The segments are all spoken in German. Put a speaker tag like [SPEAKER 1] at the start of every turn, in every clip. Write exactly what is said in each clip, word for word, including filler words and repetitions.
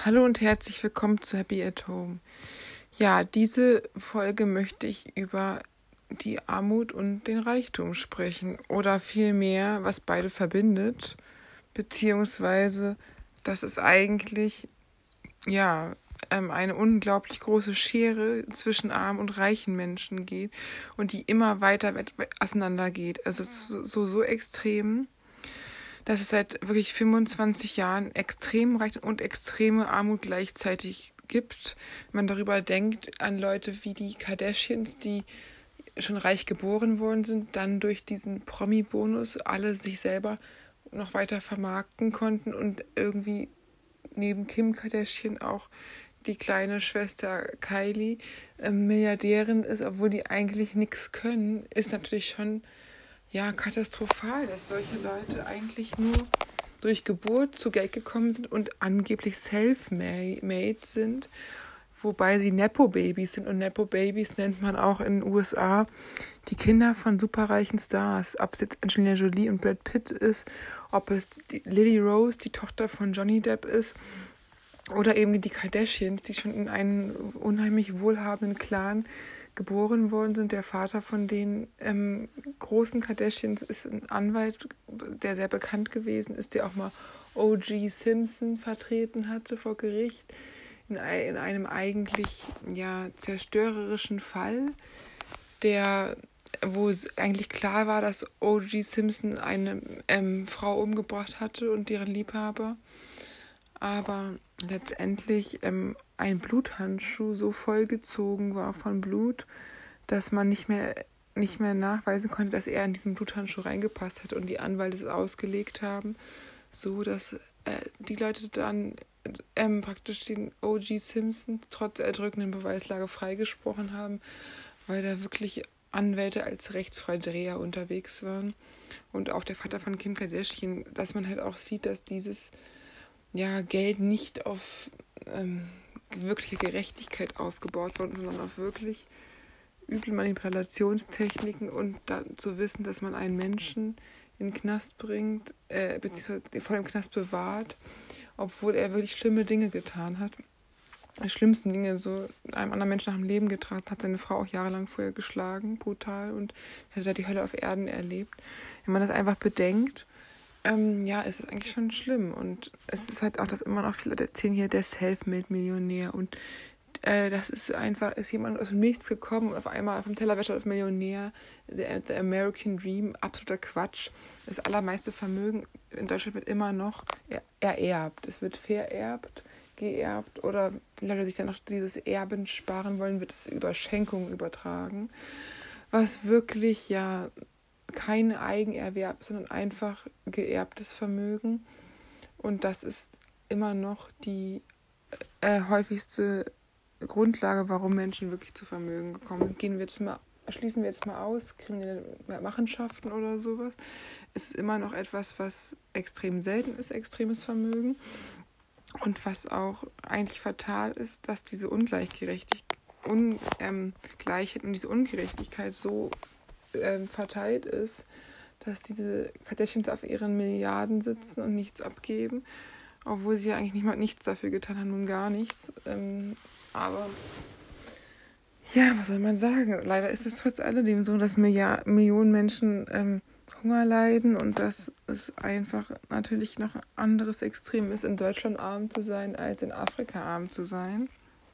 [SPEAKER 1] Hallo und herzlich willkommen zu Happy at Home. Ja, diese Folge möchte ich über die Armut und den Reichtum sprechen oder vielmehr, was beide verbindet, beziehungsweise, dass es eigentlich, ja, ähm, eine unglaublich große Schere zwischen armen und reichen Menschen geht und die immer weiter auseinander geht. Also so, so, so extrem, dass es seit wirklich fünfundzwanzig Jahren extrem Reichtum und extreme Armut gleichzeitig gibt. Wenn man darüber denkt an Leute wie die Kardashians, die schon reich geboren worden sind, dann durch diesen Promi-Bonus alle sich selber noch weiter vermarkten konnten und irgendwie neben Kim Kardashian auch die kleine Schwester Kylie äh, Milliardärin ist, obwohl die eigentlich nichts können, ist natürlich schon ja katastrophal, dass solche Leute eigentlich nur durch Geburt zu Geld gekommen sind und angeblich self-made sind, wobei sie Nepo-Babys sind. Und Nepo-Babys nennt man auch in den U S A die Kinder von superreichen Stars. Ob es jetzt Angelina Jolie und Brad Pitt ist, ob es die Lily Rose, die Tochter von Johnny Depp ist, oder eben die Kardashians, die schon in einem unheimlich wohlhabenden Clan geboren worden sind. Der Vater von den ähm, großen Kardashians ist ein Anwalt, der sehr bekannt gewesen ist, der auch mal O J Simpson vertreten hatte vor Gericht in, in einem eigentlich ja zerstörerischen Fall, der wo es eigentlich klar war, dass O J Simpson eine ähm, Frau umgebracht hatte und deren Liebhaber, aber letztendlich ähm, ein Bluthandschuh so vollgezogen war von Blut, dass man nicht mehr, nicht mehr nachweisen konnte, dass er in diesen Bluthandschuh reingepasst hat und die Anwälte es ausgelegt haben, so dass äh, die Leute dann ähm, praktisch den O J Simpson trotz erdrückenden Beweislage freigesprochen haben, weil da wirklich Anwälte als Rechtsfreidreher unterwegs waren. Und auch der Vater von Kim Kardashian, dass man halt auch sieht, dass dieses ja, Geld nicht auf ähm, wirkliche Gerechtigkeit aufgebaut worden, sondern auf wirklich üble Manipulationstechniken und dann zu wissen, dass man einen Menschen in den Knast bringt, äh, beziehungsweise vor dem Knast bewahrt, obwohl er wirklich schlimme Dinge getan hat. Die schlimmsten Dinge, so einem anderen Menschen nach dem Leben getragen, hat seine Frau auch jahrelang vorher geschlagen, brutal, und hat da die Hölle auf Erden erlebt. Wenn man das einfach bedenkt, Ähm, ja, es ist eigentlich schon schlimm. Und es ist halt auch, dass immer noch viele Leute erzählen hier, der Self-Made-Millionär. Und äh, das ist einfach, ist jemand aus dem Nichts gekommen und auf einmal vom Tellerwäscher auf Millionär. The, the American Dream, absoluter Quatsch. Das allermeiste Vermögen in Deutschland wird immer noch er, ererbt. Es wird vererbt, geerbt, oder die Leute sich dann noch dieses Erben sparen wollen, wird es über Schenkungen übertragen. Was wirklich ja kein Eigenerwerb, sondern einfach geerbtes Vermögen. Und das ist immer noch die äh, häufigste Grundlage, warum Menschen wirklich zu Vermögen kommen. Gehen wir jetzt mal, schließen wir jetzt mal aus, kriminelle Machenschaften oder sowas. Es ist immer noch etwas, was extrem selten ist, extremes Vermögen. Und was auch eigentlich fatal ist, dass diese Ungleichgerechtigkeit, Ungleichheit und diese Ungerechtigkeit so ähm, verteilt ist, dass diese Kardashians auf ihren Milliarden sitzen und nichts abgeben, obwohl sie ja eigentlich nicht mal nichts dafür getan haben, nun gar nichts. Ähm, aber ja, was soll man sagen? Leider ist es trotz alledem so, dass Milliard- Millionen Menschen ähm, Hunger leiden und dass es einfach natürlich noch ein anderes Extrem ist, in Deutschland arm zu sein, als in Afrika arm zu sein.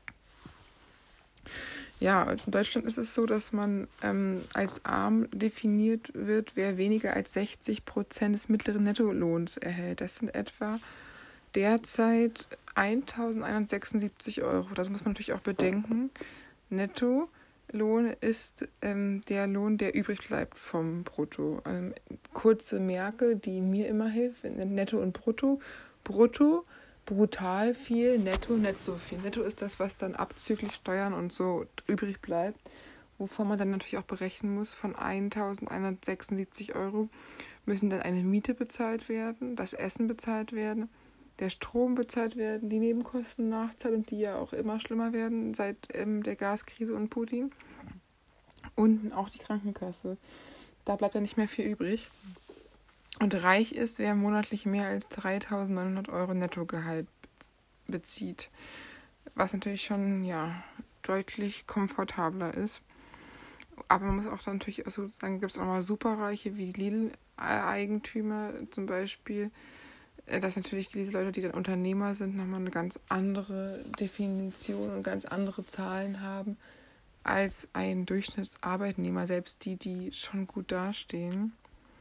[SPEAKER 1] Ja, in Deutschland ist es so, dass man ähm, als arm definiert wird, wer weniger als sechzig Prozent des mittleren Nettolohns erhält. Das sind etwa derzeit eintausendeinhundertsechsundsiebzig Euro. Das muss man natürlich auch bedenken. Nettolohn ist ähm, der Lohn, der übrig bleibt vom Brutto. Ähm, kurze Merke, die mir immer hilft, Netto und Brutto. Brutto brutal viel, netto nicht so viel. Netto ist das, was dann abzüglich Steuern und so übrig bleibt, wovon man dann natürlich auch berechnen muss, von eintausendeinhundertsechsundsiebzig Euro müssen dann eine Miete bezahlt werden, das Essen bezahlt werden, der Strom bezahlt werden, die Nebenkosten Nachzahlung, die ja auch immer schlimmer werden seit ähm, der Gaskrise und Putin, und auch die Krankenkasse. Da bleibt ja nicht mehr viel übrig. Und reich ist, wer monatlich mehr als dreitausendneunhundert Euro Nettogehalt bezieht. Was natürlich schon, ja, deutlich komfortabler ist. Aber man muss auch dann natürlich also sagen, gibt es auch mal Superreiche wie Lidl-Eigentümer zum Beispiel. Dass natürlich diese Leute, die dann Unternehmer sind, nochmal eine ganz andere Definition und ganz andere Zahlen haben als ein Durchschnittsarbeitnehmer, selbst die, die schon gut dastehen.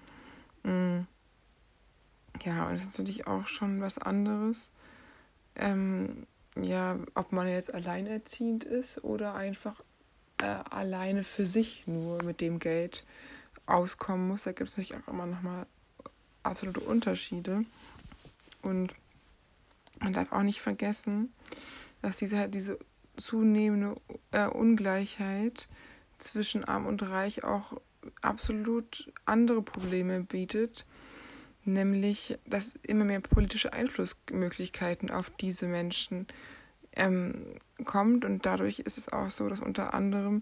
[SPEAKER 1] Ja, und das ist natürlich auch schon was anderes. Ähm, ja, ob man jetzt alleinerziehend ist oder einfach äh, alleine für sich nur mit dem Geld auskommen muss. Da gibt es natürlich auch immer nochmal absolute Unterschiede. Und man darf auch nicht vergessen, dass diese, diese zunehmende äh, Ungleichheit zwischen Arm und Reich auch absolut andere Probleme bietet, nämlich dass immer mehr politische Einflussmöglichkeiten auf diese Menschen ähm, kommt und dadurch ist es auch so, dass unter anderem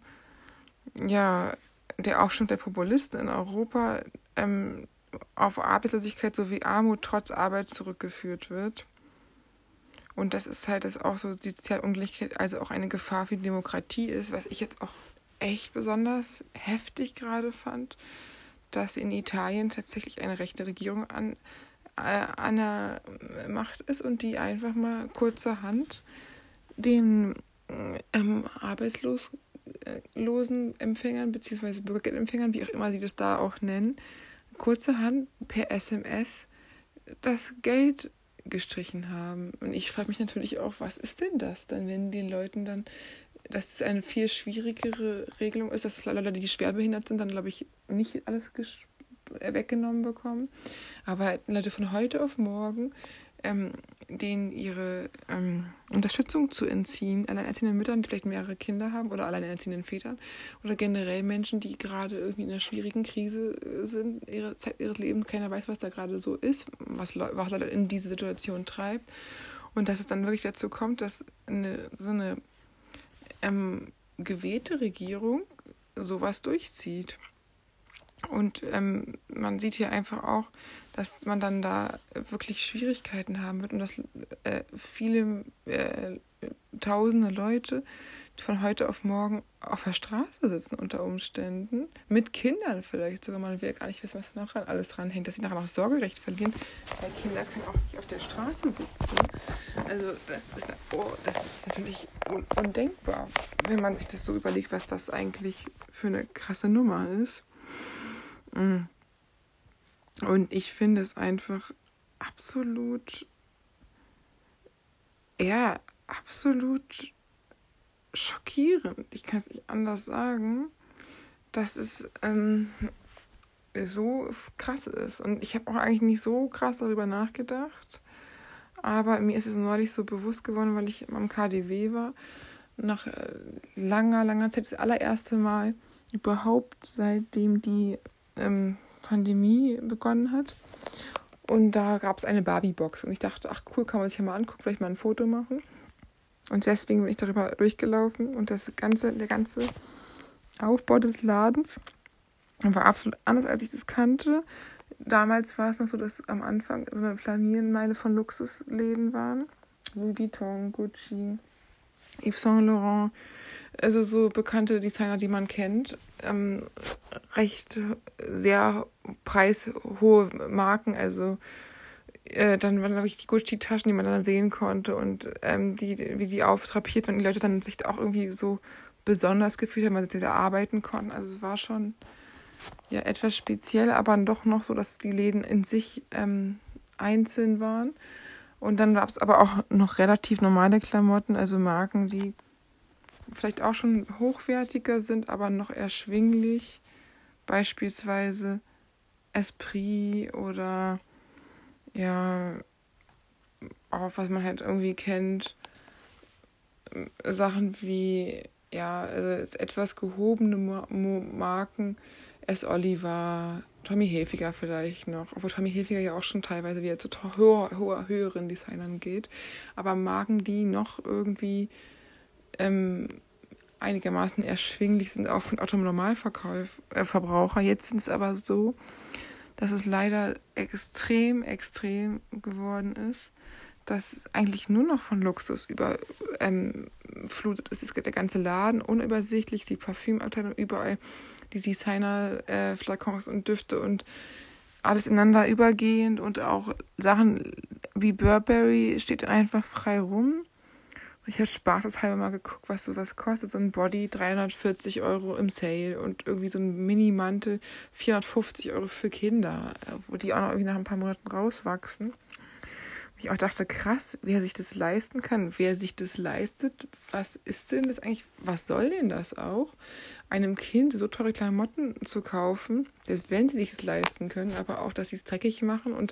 [SPEAKER 1] ja der Aufschwung der Populisten in Europa ähm, auf Arbeitslosigkeit sowie Armut trotz Arbeit zurückgeführt wird. Und das ist halt das auch so, die soziale Ungleichheit, also auch eine Gefahr für die Demokratie ist, was ich jetzt auch echt besonders heftig gerade fand, dass in Italien tatsächlich eine rechte Regierung an, äh, an der Macht ist und die einfach mal kurzerhand den ähm, arbeitslosen Empfängern bzw. Bürgergeldempfängern, wie auch immer sie das da auch nennen, kurzerhand per S M S das Geld gestrichen haben. Und ich frage mich natürlich auch, was ist denn das dann, wenn den Leuten dann, dass es eine viel schwierigere Regelung ist, dass Leute, die schwerbehindert sind, dann glaube ich nicht alles ges- weggenommen bekommen. Aber Leute von heute auf morgen, ähm, denen ihre ähm, Unterstützung zu entziehen, alleinerziehenden Müttern, die vielleicht mehrere Kinder haben oder alleinerziehenden Vätern oder generell Menschen, die gerade irgendwie in einer schwierigen Krise sind, ihre Zeit ihres Lebens, keiner weiß, was da gerade so ist, was, was Leute in diese Situation treibt und dass es dann wirklich dazu kommt, dass eine, so eine ähm, gewählte Regierung sowas durchzieht. Und ähm, man sieht hier einfach auch, dass man dann da wirklich Schwierigkeiten haben wird und dass äh, viele äh, tausende Leute von heute auf morgen auf der Straße sitzen unter Umständen, mit Kindern vielleicht sogar, man will gar nicht wissen, was nachher alles dranhängt, dass sie nachher noch Sorgerecht verlieren, weil Kinder können auch nicht auf der Straße sitzen. Also das ist, oh, das ist natürlich un- undenkbar, wenn man sich das so überlegt, was das eigentlich für eine krasse Nummer ist. Und ich finde es einfach absolut, ja, absolut schockierend. Ich kann es nicht anders sagen, dass es ähm, so krass ist. Und ich habe auch eigentlich nicht so krass darüber nachgedacht. Aber mir ist es neulich so bewusst geworden, weil ich am K D W war. Nach langer, langer Zeit, das allererste Mal überhaupt, seitdem die ähm, Pandemie begonnen hat. Und da gab es eine Barbie-Box. Und ich dachte, ach cool, kann man sich ja mal angucken, vielleicht mal ein Foto machen. Und deswegen bin ich darüber durchgelaufen. Und das ganze, der ganze Aufbau des Ladens war absolut anders, als ich das kannte. Damals war es noch so, dass am Anfang so eine Flamierenmeile von Luxusläden waren. Louis Vuitton, Gucci, Yves Saint Laurent, also so bekannte Designer, die man kennt, ähm, recht sehr preishohe Marken, also äh, dann waren wirklich die Gucci-Taschen, die man dann sehen konnte und ähm, die, wie die auftrapiert waren, die Leute dann sich auch irgendwie so besonders gefühlt haben, weil sie da arbeiten konnten, also es war schon ja etwas speziell, aber doch noch so, dass die Läden in sich ähm, einzeln waren. Und dann gab es aber auch noch relativ normale Klamotten, also Marken, die vielleicht auch schon hochwertiger sind, aber noch erschwinglich. Beispielsweise Esprit oder ja, auch was man halt irgendwie kennt, Sachen wie ja, also etwas gehobene Marken, S. Oliver, Tommy Hilfiger vielleicht noch, obwohl Tommy Hilfiger ja auch schon teilweise wieder zu hoher, hoher, höheren Designern geht, aber Marken, die noch irgendwie ähm, einigermaßen erschwinglich sind, auch für Autonormalverbraucher. Äh, Jetzt sind es aber so, dass es leider extrem, extrem geworden ist, das eigentlich nur noch von Luxus überflutet ähm, ist. Es gibt der ganze Laden, unübersichtlich, die Parfümabteilung, überall die Designer-Flakons äh, und Düfte und alles ineinander übergehend und auch Sachen wie Burberry steht einfach frei rum. Ich habe spaßeshalber mal geguckt, was sowas kostet. So ein Body dreihundertvierzig Euro im Sale und irgendwie so ein Mini-Mantel vierhundertfünfzig Euro für Kinder, wo die auch noch irgendwie nach ein paar Monaten rauswachsen. Ich auch dachte, krass, wer sich das leisten kann, wer sich das leistet, was ist denn das eigentlich, was soll denn das auch, einem Kind so teure Klamotten zu kaufen, selbst wenn sie sich das leisten können, aber auch, dass sie es dreckig machen und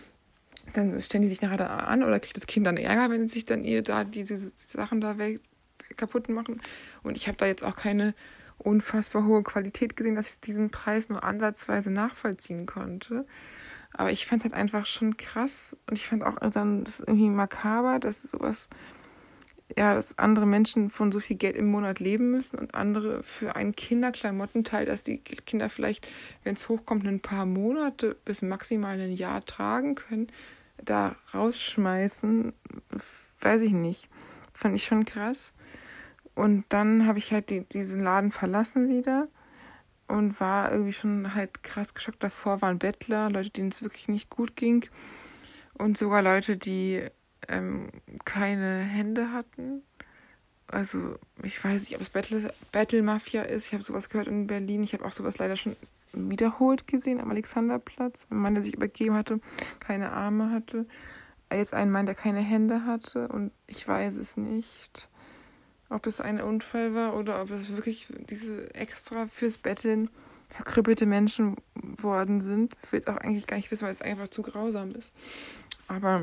[SPEAKER 1] dann stellen die sich nachher da an oder kriegt das Kind dann Ärger, wenn sich dann ihr da diese Sachen da weg kaputt machen. Und ich habe da jetzt auch keine unfassbar hohe Qualität gesehen, dass ich diesen Preis nur ansatzweise nachvollziehen konnte. Aber ich fand es halt einfach schon krass und ich fand auch dann das irgendwie makaber, dass sowas, ja, dass andere Menschen von so viel Geld im Monat leben müssen und andere für einen Kinderklamottenteil, dass die Kinder vielleicht, wenn es hochkommt, ein paar Monate bis maximal ein Jahr tragen können, da rausschmeißen, weiß ich nicht. Fand ich schon krass. Und dann habe ich halt die, diesen Laden verlassen wieder und war irgendwie schon halt krass geschockt. Davor waren Bettler, Leute, denen es wirklich nicht gut ging und sogar Leute, die ähm, keine Hände hatten. Also ich weiß nicht, ob es Battle, Battle Mafia ist. Ich habe sowas gehört in Berlin. Ich habe auch sowas leider schon wiederholt gesehen am Alexanderplatz. Ein Mann, der sich übergeben hatte, keine Arme hatte. Jetzt ein Mann, der keine Hände hatte. Und ich weiß es nicht, ob es ein Unfall war oder ob es wirklich diese extra fürs Betteln verkrüppelte Menschen worden sind. Ich will es auch eigentlich gar nicht wissen, weil es einfach zu grausam ist. Aber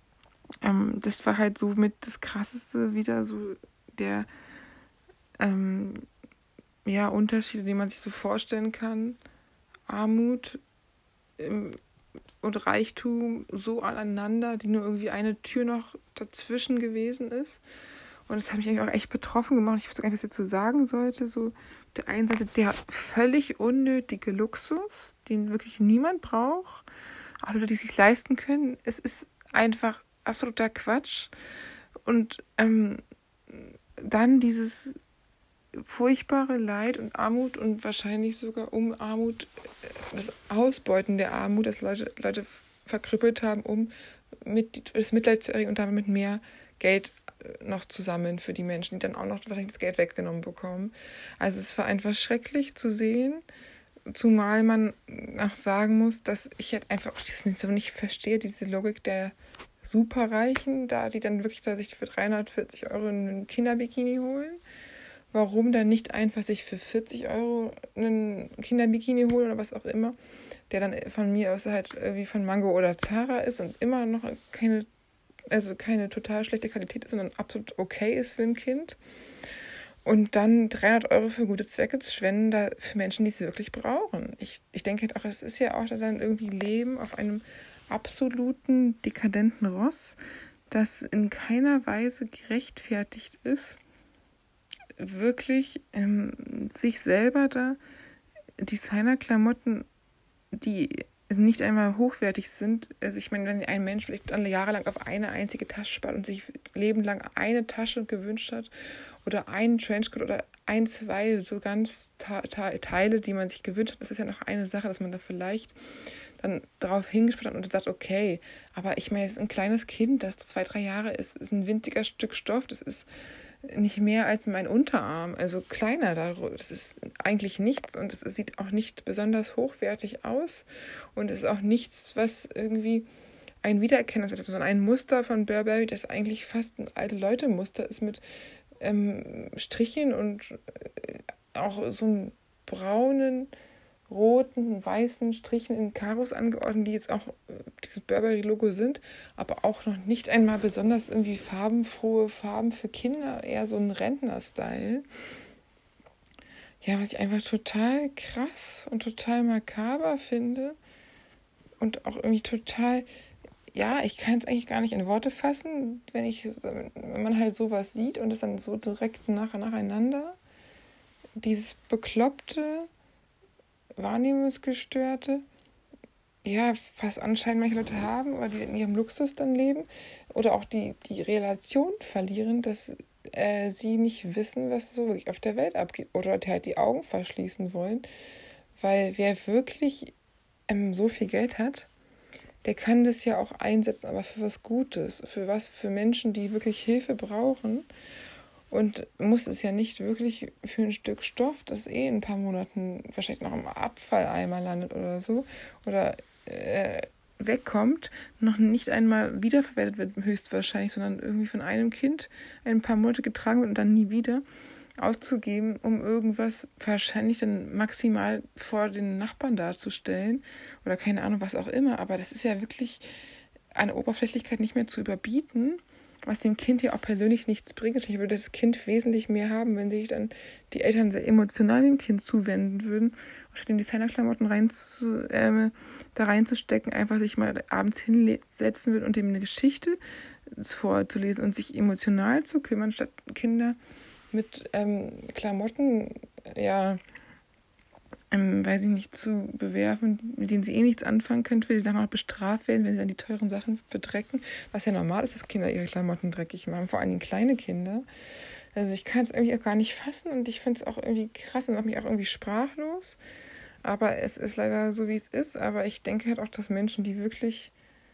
[SPEAKER 1] ähm, das war halt so mit das Krasseste wieder, so der ähm, ja, Unterschiede, die man sich so vorstellen kann. Armut ähm, und Reichtum so aneinander, die nur irgendwie eine Tür noch dazwischen gewesen ist. Und das hat mich eigentlich auch echt betroffen gemacht. Ich wusste gar nicht, was ich dazu sagen sollte. So, auf der einen Seite der völlig unnötige Luxus, den wirklich niemand braucht. Auch Leute, die es sich leisten können. Es ist einfach absoluter Quatsch. Und ähm, dann dieses furchtbare Leid und Armut und wahrscheinlich sogar um Armut, das Ausbeuten der Armut, dass Leute, Leute verkrüppelt haben, um mit, das Mitleid zu erregen und damit mehr Geld noch zu sammeln für die Menschen, die dann auch noch wahrscheinlich das Geld weggenommen bekommen. Also es war einfach schrecklich zu sehen, zumal man auch sagen muss, dass ich halt einfach auch das nicht so nicht verstehe, diese Logik der Superreichen, da die dann wirklich da sich für dreihundertvierzig Euro einen Kinderbikini holen. Warum dann nicht einfach sich für vierzig Euro einen Kinderbikini holen oder was auch immer, der dann von mir aus halt irgendwie von Mango oder Zara ist und immer noch keine, also keine total schlechte Qualität ist, sondern absolut okay ist für ein Kind. Und dann dreihundert Euro für gute Zwecke zu schwenden, da für Menschen, die es wirklich brauchen. Ich, ich denke halt auch, es ist ja auch dann irgendwie Leben auf einem absoluten dekadenten Ross, das in keiner Weise gerechtfertigt ist, wirklich ähm, sich selber da Designerklamotten, die nicht einmal hochwertig sind. Also ich meine, wenn ein Mensch vielleicht jahrelang auf eine einzige Tasche spart und sich Leben lang eine Tasche gewünscht hat oder einen Trenchcoat oder ein, zwei so ganz ta- ta- Teile, die man sich gewünscht hat, das ist ja noch eine Sache, dass man da vielleicht dann darauf hingespart hat und sagt, okay, aber ich meine, es ist ein kleines Kind, das zwei, drei Jahre ist, ist ein winziger Stück Stoff, das ist nicht mehr als mein Unterarm, also kleiner, das ist eigentlich nichts und es sieht auch nicht besonders hochwertig aus und es ist auch nichts, was irgendwie ein Wiedererkennungswert hat, sondern ein Muster von Burberry, das eigentlich fast ein alte Leute-Muster ist mit ähm, Strichen und äh, auch so einem braunen, roten, weißen Strichen in Karos angeordnet, die jetzt auch äh, dieses Burberry-Logo sind, aber auch noch nicht einmal besonders irgendwie farbenfrohe Farben für Kinder, eher so ein Rentner-Style. Ja, was ich einfach total krass und total makaber finde und auch irgendwie total, ja, ich kann es eigentlich gar nicht in Worte fassen, wenn ich, wenn man halt sowas sieht und es dann so direkt nach, nacheinander, dieses bekloppte, wahrnehmungsgestörte, ja, fast anscheinend manche Leute haben oder die in ihrem Luxus dann leben oder auch die, die Relation verlieren, dass äh, sie nicht wissen, was so wirklich auf der Welt abgeht oder die halt die Augen verschließen wollen, weil wer wirklich ähm, so viel Geld hat, der kann das ja auch einsetzen, aber für was Gutes, für was, für Menschen, die wirklich Hilfe brauchen. Und muss es ja nicht wirklich für ein Stück Stoff, das eh in ein paar Monaten wahrscheinlich noch im Abfalleimer landet oder so, oder äh, wegkommt, noch nicht einmal wiederverwertet wird höchstwahrscheinlich, sondern irgendwie von einem Kind ein paar Monate getragen wird und dann nie wieder auszugeben, um irgendwas wahrscheinlich dann maximal vor den Nachbarn darzustellen oder keine Ahnung, was auch immer. Aber das ist ja wirklich an Oberflächlichkeit nicht mehr zu überbieten, was dem Kind ja auch persönlich nichts bringt. Ich würde das Kind wesentlich mehr haben, wenn sich dann die Eltern sehr emotional dem Kind zuwenden würden, statt ihm Designerklamotten rein zu, äh, da reinzustecken, einfach sich mal abends hinsetzen würden und ihm eine Geschichte vorzulesen und sich emotional zu kümmern, statt Kinder mit ähm, Klamotten, ja, ähm, weiß ich nicht, zu bewerfen, mit denen sie eh nichts anfangen können, für die dann auch bestraft werden, wenn sie dann die teuren Sachen bedrecken, was ja normal ist, dass Kinder ihre Klamotten dreckig machen, vor allem kleine Kinder. Also ich kann es irgendwie auch gar nicht fassen und ich finde es auch irgendwie krass und macht mich auch irgendwie sprachlos. Aber es ist leider so, wie es ist. Aber ich denke halt auch, dass Menschen, die wirklich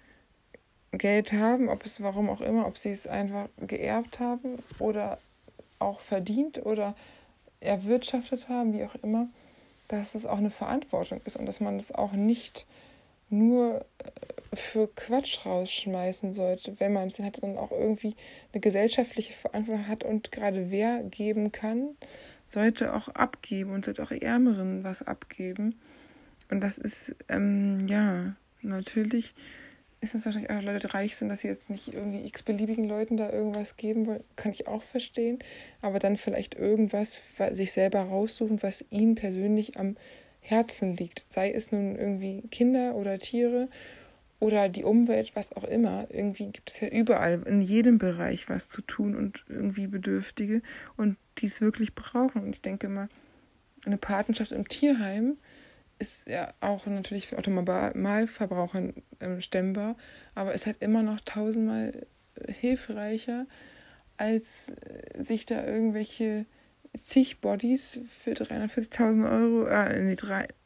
[SPEAKER 1] Geld haben, ob es warum auch immer, ob sie es einfach geerbt haben oder auch verdient oder erwirtschaftet haben, wie auch immer, dass es auch eine Verantwortung ist und dass man es auch nicht nur für Quatsch rausschmeißen sollte, wenn man es hat, sondern auch irgendwie eine gesellschaftliche Verantwortung hat und gerade wer geben kann, sollte auch abgeben und sollte auch Ärmeren was abgeben. Und das ist, ähm, ja, natürlich ist es wahrscheinlich auch Leute, die reich sind, dass sie jetzt nicht irgendwie x-beliebigen Leuten da irgendwas geben wollen, kann ich auch verstehen, aber dann vielleicht irgendwas sich selber raussuchen, was ihnen persönlich am Herzen liegt, sei es nun irgendwie Kinder oder Tiere oder die Umwelt, was auch immer. Irgendwie gibt es ja überall, in jedem Bereich was zu tun und irgendwie Bedürftige und die es wirklich brauchen. Und ich denke mal, eine Patenschaft im Tierheim ist ja auch natürlich für Automalverbrauchern ähm, stemmbar, aber ist halt immer noch tausendmal hilfreicher, als äh, sich da irgendwelche zig Bodies für dreihundertvierzigtausend Euro, äh, nee,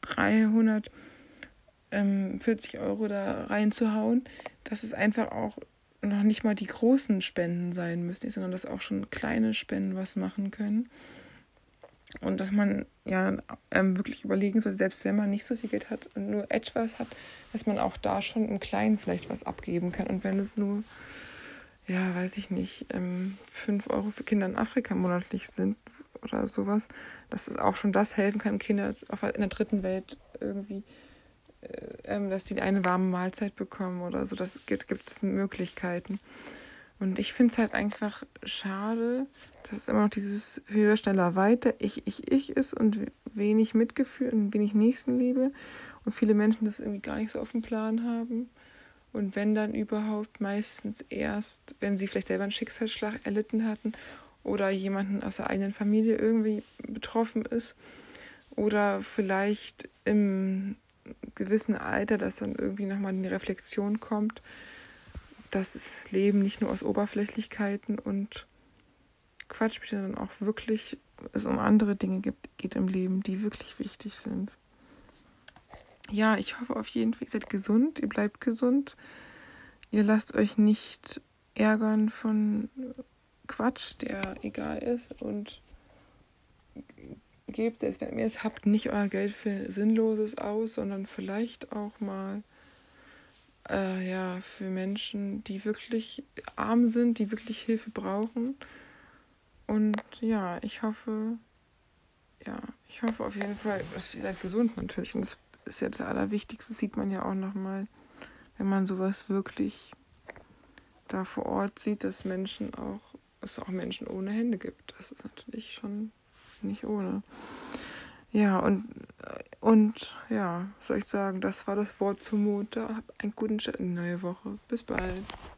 [SPEAKER 1] dreihundertvierzig Euro da reinzuhauen, dass es einfach auch noch nicht mal die großen Spenden sein müssen, sondern dass auch schon kleine Spenden was machen können. Und dass man ja ähm, wirklich überlegen sollte, selbst wenn man nicht so viel Geld hat und nur etwas hat, dass man auch da schon im Kleinen vielleicht was abgeben kann. Und wenn es nur, ja, weiß ich nicht, ähm, fünf Euro für Kinder in Afrika monatlich sind oder sowas, dass es auch schon das helfen kann, Kinder in der dritten Welt irgendwie, äh, ähm, dass die eine warme Mahlzeit bekommen oder so. Das gibt, gibt es Möglichkeiten. Und ich finde es halt einfach schade, dass es immer noch dieses höher, schneller, weiter, ich, ich, ich ist und wenig Mitgefühl und wenig Nächstenliebe und viele Menschen das irgendwie gar nicht so auf dem Plan haben. Und wenn dann überhaupt meistens erst, wenn sie vielleicht selber einen Schicksalsschlag erlitten hatten oder jemanden aus der eigenen Familie irgendwie betroffen ist oder vielleicht im gewissen Alter, dass dann irgendwie nochmal in die Reflexion kommt, dass das Leben nicht nur aus Oberflächlichkeiten und Quatsch, sondern auch wirklich es um andere Dinge gibt, geht im Leben, die wirklich wichtig sind. Ja, ich hoffe auf jeden Fall, ihr seid gesund, ihr bleibt gesund. Ihr lasst euch nicht ärgern von Quatsch, der egal ist und gebt, selbst wenn ihr es habt, nicht euer Geld für Sinnloses aus, sondern vielleicht auch mal Äh, ja, für Menschen, die wirklich arm sind, die wirklich Hilfe brauchen. Und ja, ich hoffe, ja, ich hoffe auf jeden Fall, dass ihr seid gesund natürlich. Und das ist ja das Allerwichtigste, sieht man ja auch nochmal, wenn man sowas wirklich da vor Ort sieht, dass Menschen auch, es auch Menschen ohne Hände gibt. Das ist natürlich schon nicht ohne. Ja, und, und ja, was soll ich sagen, das war das Wort zum Montag. Habt einen guten Start in die neue Woche. Bis bald.